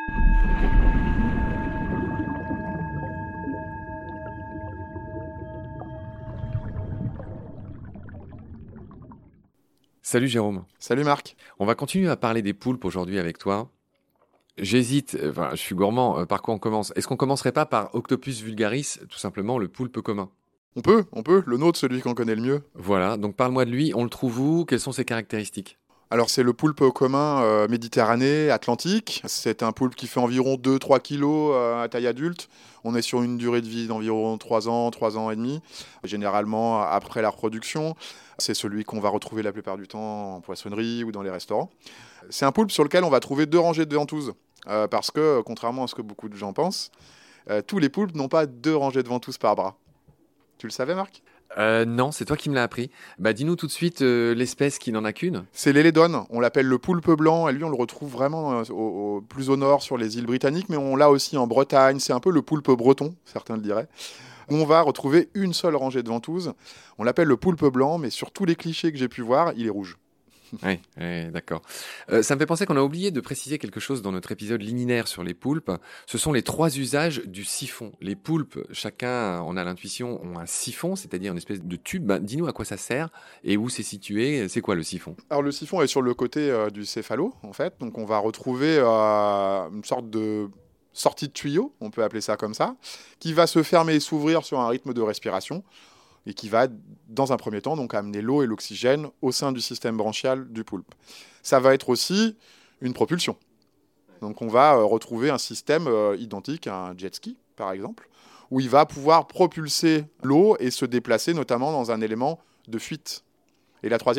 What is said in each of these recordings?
Salut Jérôme. Salut Marc. On va continuer à parler des poulpes aujourd'hui avec toi. J'hésite, je suis gourmand, par quoi on commence? Est-ce qu'on commencerait pas par Octopus vulgaris, tout simplement le poulpe commun? On peut, le nôtre, celui qu'on connaît le mieux. Voilà, donc parle-moi de lui, on le trouve où? Quelles sont ses caractéristiques? Alors c'est le poulpe commun méditerranéen, atlantique. C'est un poulpe qui fait environ 2-3 kilos à taille adulte. On est sur une durée de vie d'environ 3 ans et demi, généralement après la reproduction. C'est celui qu'on va retrouver la plupart du temps en poissonnerie ou dans les restaurants. C'est un poulpe sur lequel on va trouver 2 rangées de ventouses. Parce que, contrairement à ce que beaucoup de gens pensent, tous les poulpes n'ont pas 2 rangées de ventouses par bras. Tu le savais, Marc ? Non, c'est toi qui me l'as appris. Bah dis-nous tout de suite l'espèce qui n'en a qu'une. C'est l'élédone, on l'appelle le poulpe blanc, et lui on le retrouve vraiment plus au nord sur les îles britanniques, mais on l'a aussi en Bretagne, c'est un peu le poulpe breton, certains le diraient. On va retrouver une seule rangée de ventouses, on l'appelle le poulpe blanc, mais sur tous les clichés que j'ai pu voir, il est rouge. Oui, d'accord. Ça me fait penser qu'on a oublié de préciser quelque chose dans notre épisode liminaire sur les poulpes. Ce sont les 3 usages du siphon. Les poulpes, chacun, on a l'intuition, ont un siphon, c'est-à-dire une espèce de tube. Ben, dis-nous à quoi ça sert et où c'est situé. C'est quoi le siphon? Alors le siphon est sur le côté du céphalo, en fait. Donc on va retrouver une sorte de sortie de tuyau, on peut appeler ça comme ça, qui va se fermer et s'ouvrir sur un rythme de respiration, et qui va, dans un premier temps, donc amener l'eau et l'oxygène au sein du système branchial du poulpe. Ça va être aussi une propulsion. Donc on va retrouver un système identique à un jet ski, par exemple, où il va pouvoir propulser l'eau et se déplacer, notamment dans un élément de fuite. Et la troisième ?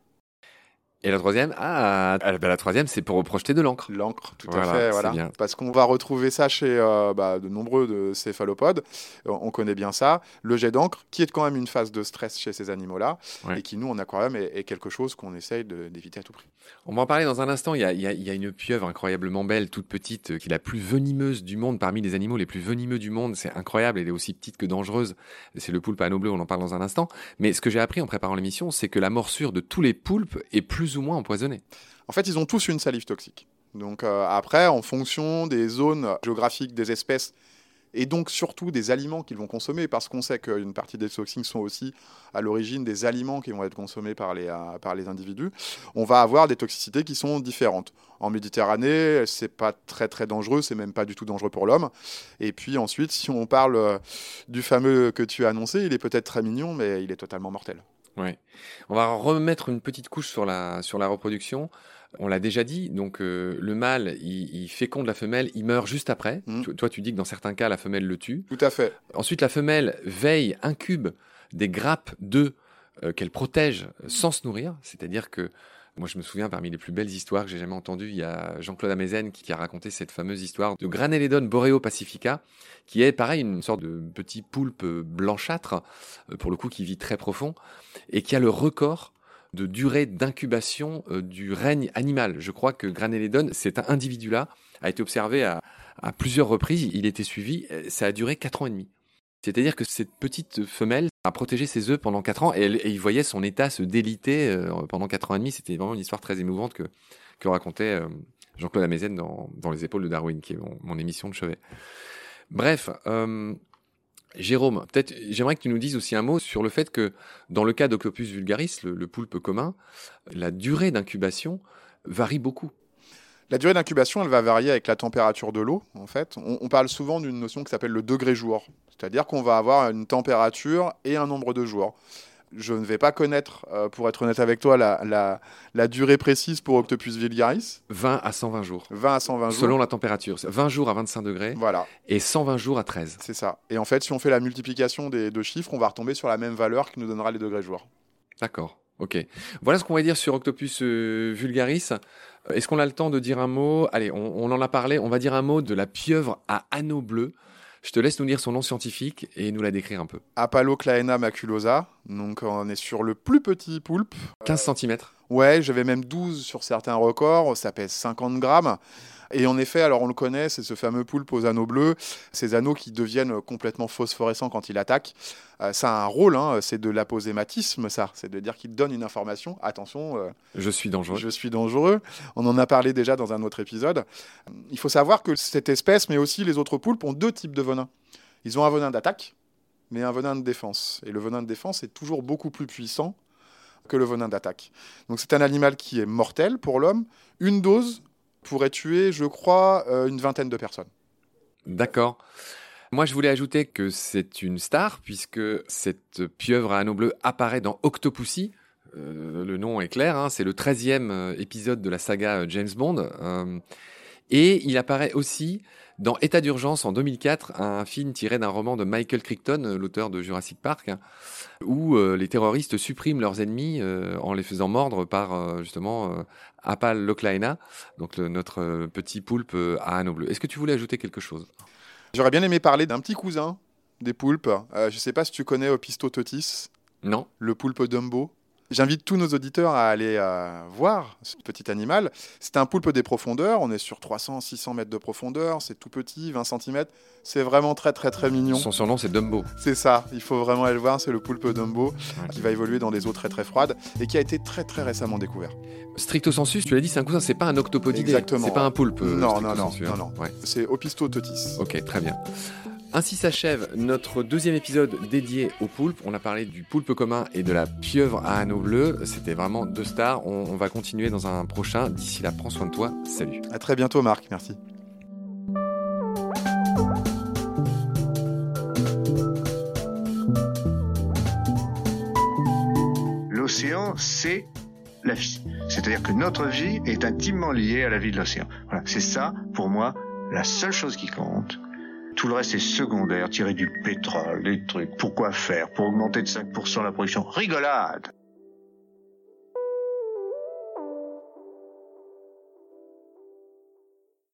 Et la troisième? La troisième, c'est pour projeter de l'encre. L'encre, tout Voilà, à fait, c'est voilà. bien. Parce qu'on va retrouver ça chez de nombreux de céphalopodes. On connaît bien ça. Le jet d'encre, qui est quand même une phase de stress chez ces animaux-là, Ouais. et qui, nous, en aquarium, est quelque chose qu'on essaye d'éviter à tout prix. On va en parler dans un instant. Il y a une pieuvre incroyablement belle, toute petite, qui est la plus venimeuse du monde, parmi les animaux les plus venimeux du monde. C'est incroyable, elle est aussi petite que dangereuse. C'est le poulpe à anneau bleu, on en parle dans un instant. Mais ce que j'ai appris en préparant l'émission, c'est que la morsure de tous les poulpes est plus ou moins empoisonnée. En fait, ils ont tous une salive toxique. Donc après, en fonction des zones géographiques des espèces, et donc surtout des aliments qu'ils vont consommer, parce qu'on sait qu'une partie des toxines sont aussi à l'origine des aliments qui vont être consommés par les individus, on va avoir des toxicités qui sont différentes. En Méditerranée, c'est pas très très dangereux, c'est même pas du tout dangereux pour l'homme. Et puis ensuite, si on parle du fameux que tu as annoncé, il est peut-être très mignon, mais il est totalement mortel. Ouais. On va remettre une petite couche sur la reproduction. On l'a déjà dit, donc le mâle, il féconde la femelle, il meurt juste après. Toi, tu dis que dans certains cas, la femelle le tue. Tout à fait. Ensuite, la femelle veille, incube des grappes d'œufs qu'elle protège sans se nourrir. C'est-à-dire que, moi je me souviens, parmi les plus belles histoires que j'ai jamais entendues, il y a Jean-Claude Amezen qui a raconté cette fameuse histoire de Graneledon boreo pacifica, qui est pareil, une sorte de petit poulpe blanchâtre, pour le coup qui vit très profond, et qui a le record de durée d'incubation du règne animal. Je crois que Graneledon, cet individu-là, a été observé à plusieurs reprises, il était suivi, ça a duré 4 ans et demi. C'est-à-dire que cette petite femelle a protégé ses œufs pendant 4 ans et il voyait son état se déliter pendant 4 ans et demi. C'était vraiment une histoire très émouvante que racontait Jean-Claude Amezen dans Les Épaules de Darwin, qui est mon émission de chevet. Bref, Jérôme, peut-être j'aimerais que tu nous dises aussi un mot sur le fait que dans le cas d'Octopus vulgaris, le poulpe commun, la durée d'incubation varie beaucoup. La durée d'incubation, elle va varier avec la température de l'eau, en fait. On parle souvent d'une notion qui s'appelle le degré jour. C'est-à-dire qu'on va avoir une température et un nombre de jours. Je ne vais pas connaître, pour être honnête avec toi, la durée précise pour Octopus vulgaris. 20 à 120 jours. 20 à 120 jours. Selon la température. 20 jours à 25 degrés. Voilà. Et 120 jours à 13. C'est ça. Et en fait, si on fait la multiplication des 2 chiffres, on va retomber sur la même valeur qui nous donnera les degrés jours. D'accord. Ok. Voilà ce qu'on va dire sur Octopus vulgaris. Est-ce qu'on a le temps de dire un mot? Allez, on en a parlé. On va dire un mot de la pieuvre à anneau bleu. Je te laisse nous dire son nom scientifique et nous la décrire un peu. Apalloclaena maculosa. Donc, on est sur le plus petit poulpe. 15 cm. Ouais, j'avais même 12 sur certains records, ça pèse 50 grammes. Et en effet, alors on le connaît, c'est ce fameux poulpe aux anneaux bleus, ces anneaux qui deviennent complètement phosphorescents quand il attaque. Ça a un rôle, hein, c'est de l'aposématisme, ça. C'est de dire qu'il donne une information. Attention, Je suis dangereux. je suis dangereux. On en a parlé déjà dans un autre épisode. Il faut savoir que cette espèce, mais aussi les autres poulpes, ont 2 types de venin. Ils ont un venin d'attaque, mais un venin de défense. Et le venin de défense est toujours beaucoup plus puissant que le venin d'attaque. Donc c'est un animal qui est mortel pour l'homme. Une dose pourrait tuer, je crois, une vingtaine de personnes. D'accord. Moi, je voulais ajouter que c'est une star, puisque cette pieuvre à anneaux bleus apparaît dans Octopussy. Le nom est clair, hein, c'est le 13e épisode de la saga James Bond. Et il apparaît aussi dans État d'urgence en 2004, un film tiré d'un roman de Michael Crichton, l'auteur de Jurassic Park, hein, où les terroristes suppriment leurs ennemis en les faisant mordre par justement Apal-Lochlaena, donc notre petit poulpe à anneaux bleus. Est-ce que tu voulais ajouter quelque chose? J'aurais bien aimé parler d'un petit cousin des poulpes. Je ne sais pas si tu connais Opisthototis, Non? le poulpe Dumbo. J'invite tous nos auditeurs à aller voir ce petit animal. C'est un poulpe des profondeurs. On est sur 300-600 mètres de profondeur. C'est tout petit, 20 cm. C'est vraiment très, très, très mignon. Son surnom, c'est Dumbo. C'est ça. Il faut vraiment aller le voir. C'est le poulpe Dumbo qui va évoluer dans des eaux très, très froides et qui a été très, très récemment découvert. Stricto sensu, tu l'as dit, c'est un cousin, c'est pas un octopodidé. Exactement. C'est pas un poulpe. Non, stricto sensu, hein. non. Ouais. C'est Opisthototis. Ok, très bien. Ainsi s'achève notre 2e épisode dédié au poulpe. On a parlé du poulpe commun et de la pieuvre à anneaux bleus. C'était vraiment 2 stars. On va continuer dans un prochain. D'ici là, prends soin de toi. Salut. À très bientôt, Marc. Merci. L'océan, c'est la vie. C'est-à-dire que notre vie est intimement liée à la vie de l'océan. Voilà, c'est ça, pour moi, la seule chose qui compte. Tout le reste est secondaire, tirer du pétrole, des trucs. Pourquoi faire? Pour augmenter de 5% la production? Rigolade!